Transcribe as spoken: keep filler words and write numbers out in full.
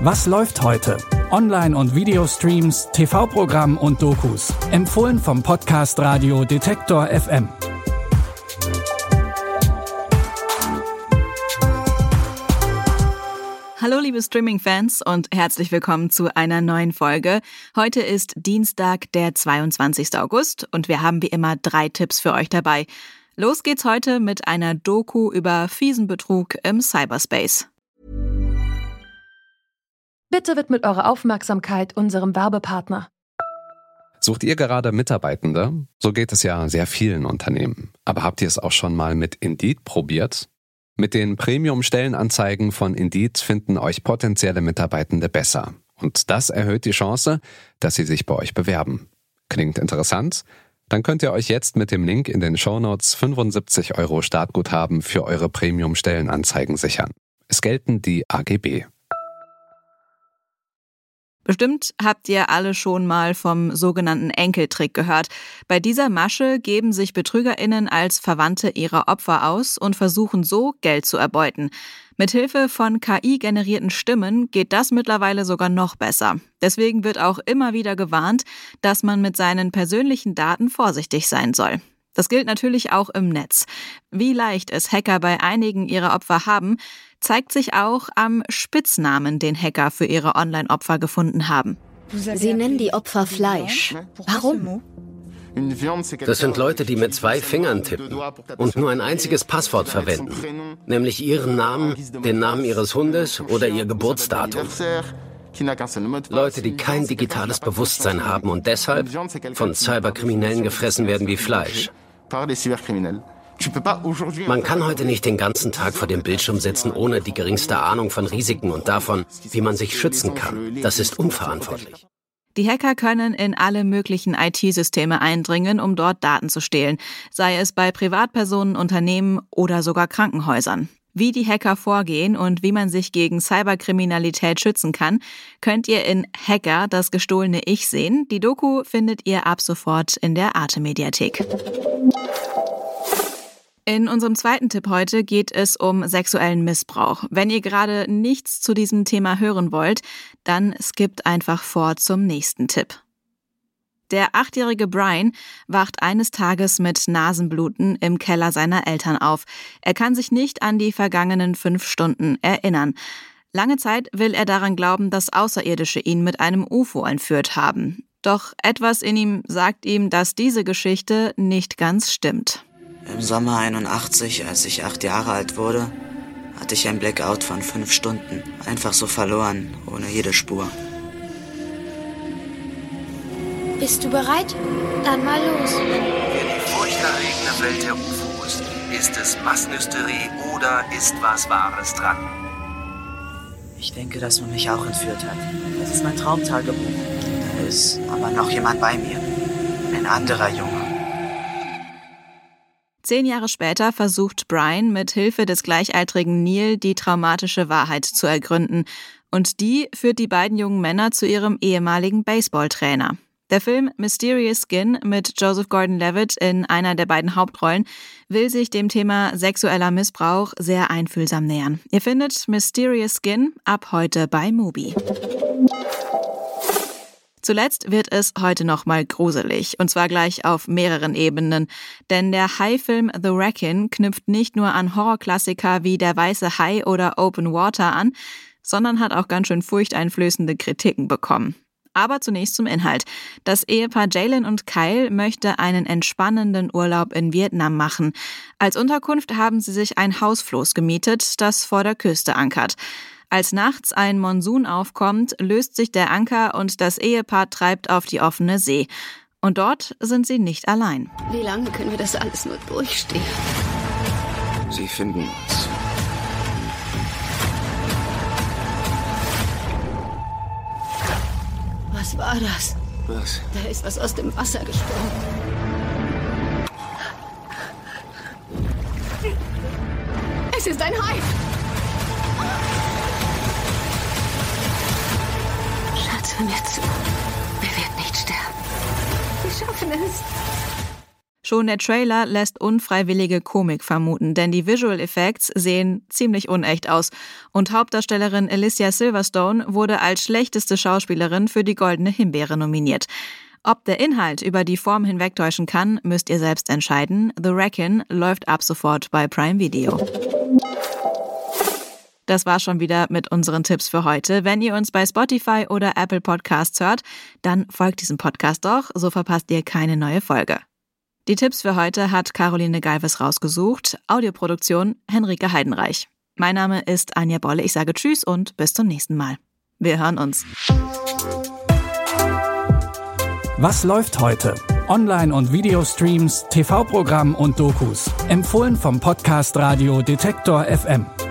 Was läuft heute? Online- und Videostreams, T V-Programm und Dokus. Empfohlen vom Podcast Radio Detektor F M. Hallo liebe Streaming-Fans und herzlich willkommen zu einer neuen Folge. Heute ist Dienstag, der zweiundzwanzigster August und wir haben wie immer drei Tipps für euch dabei. Los geht's heute mit einer Doku über fiesen Betrug im Cyberspace. Bitte widmet eure Aufmerksamkeit unserem Werbepartner. Sucht ihr gerade Mitarbeitende? So geht es ja sehr vielen Unternehmen. Aber habt ihr es auch schon mal mit Indeed probiert? Mit den Premium-Stellenanzeigen von Indeed finden euch potenzielle Mitarbeitende besser. Und das erhöht die Chance, dass sie sich bei euch bewerben. Klingt interessant? Dann könnt ihr euch jetzt mit dem Link in den Shownotes fünfundsiebzig Euro Startguthaben für eure Premium-Stellenanzeigen sichern. Es gelten die A G B. Bestimmt habt ihr alle schon mal vom sogenannten Enkeltrick gehört. Bei dieser Masche geben sich BetrügerInnen als Verwandte ihrer Opfer aus und versuchen so, Geld zu erbeuten. Mithilfe von K I-generierten Stimmen geht das mittlerweile sogar noch besser. Deswegen wird auch immer wieder gewarnt, dass man mit seinen persönlichen Daten vorsichtig sein soll. Das gilt natürlich auch im Netz. Wie leicht es Hacker bei einigen ihrer Opfer haben, zeigt sich auch am Spitznamen, den Hacker für ihre Online-Opfer gefunden haben. Sie nennen die Opfer Fleisch. Warum? Das sind Leute, die mit zwei Fingern tippen und nur ein einziges Passwort verwenden, nämlich ihren Namen, den Namen ihres Hundes oder ihr Geburtsdatum. Leute, die kein digitales Bewusstsein haben und deshalb von Cyberkriminellen gefressen werden wie Fleisch. Man kann heute nicht den ganzen Tag vor dem Bildschirm sitzen, ohne die geringste Ahnung von Risiken und davon, wie man sich schützen kann. Das ist unverantwortlich. Die Hacker können in alle möglichen I T-Systeme eindringen, um dort Daten zu stehlen, sei es bei Privatpersonen, Unternehmen oder sogar Krankenhäusern. Wie die Hacker vorgehen und wie man sich gegen Cyberkriminalität schützen kann, könnt ihr in Hacker, das gestohlene Ich sehen. Die Doku findet ihr ab sofort in der Arte-Mediathek. In unserem zweiten Tipp heute geht es um sexuellen Missbrauch. Wenn ihr gerade nichts zu diesem Thema hören wollt, dann skippt einfach vor zum nächsten Tipp. Der achtjährige Brian wacht eines Tages mit Nasenbluten im Keller seiner Eltern auf. Er kann sich nicht an die vergangenen fünf Stunden erinnern. Lange Zeit will er daran glauben, dass Außerirdische ihn mit einem U F O entführt haben. Doch etwas in ihm sagt ihm, dass diese Geschichte nicht ganz stimmt. Im Sommer einundachtzig, als ich acht Jahre alt wurde, hatte ich ein Blackout von fünf Stunden. Einfach so verloren, ohne jede Spur. Bist du bereit? Dann mal los. Für die furchterregende Welt der U F Os ist es Massenhysterie oder ist was Wahres dran? Ich denke, dass man mich auch entführt hat. Das ist mein Traumtagebuch. Da ist aber noch jemand bei mir. Ein anderer Junge. Zehn Jahre später versucht Brian mit Hilfe des gleichaltrigen Neil die traumatische Wahrheit zu ergründen. Und die führt die beiden jungen Männer zu ihrem ehemaligen Baseballtrainer. Der Film Mysterious Skin mit Joseph Gordon-Levitt in einer der beiden Hauptrollen will sich dem Thema sexueller Missbrauch sehr einfühlsam nähern. Ihr findet Mysterious Skin ab heute bei Mubi. Zuletzt wird es heute nochmal gruselig, und zwar gleich auf mehreren Ebenen. Denn der Hai-Film The Wreck-In knüpft nicht nur an Horrorklassiker wie Der weiße Hai oder Open Water an, sondern hat auch ganz schön furchteinflößende Kritiken bekommen. Aber zunächst zum Inhalt. Das Ehepaar Jalen und Kyle möchte einen entspannenden Urlaub in Vietnam machen. Als Unterkunft haben sie sich ein Hausfloß gemietet, das vor der Küste ankert. Als nachts ein Monsun aufkommt, löst sich der Anker und das Ehepaar treibt auf die offene See. Und dort sind sie nicht allein. Wie lange können wir das alles nur durchstehen? Sie finden uns. Was war das? Was? Da ist was aus dem Wasser gesprungen. Es ist ein Hai! Schatz, hör mir zu. Wir werden nicht sterben. Wir schaffen es. Schon der Trailer lässt unfreiwillige Komik vermuten, denn die Visual Effects sehen ziemlich unecht aus. Und Hauptdarstellerin Alicia Silverstone wurde als schlechteste Schauspielerin für die Goldene Himbeere nominiert. Ob der Inhalt über die Form hinwegtäuschen kann, müsst ihr selbst entscheiden. The Wreck-In läuft ab sofort bei Prime Video. Das war schon wieder mit unseren Tipps für heute. Wenn ihr uns bei Spotify oder Apple Podcasts hört, dann folgt diesem Podcast doch, so verpasst ihr keine neue Folge. Die Tipps für heute hat Caroline Galvis rausgesucht. Audioproduktion Henrike Heidenreich. Mein Name ist Anja Bolle. Ich sage Tschüss und bis zum nächsten Mal. Wir hören uns. Was läuft heute? Online- und Videostreams, T V-Programm und Dokus. Empfohlen vom Podcast Radio Detektor F M.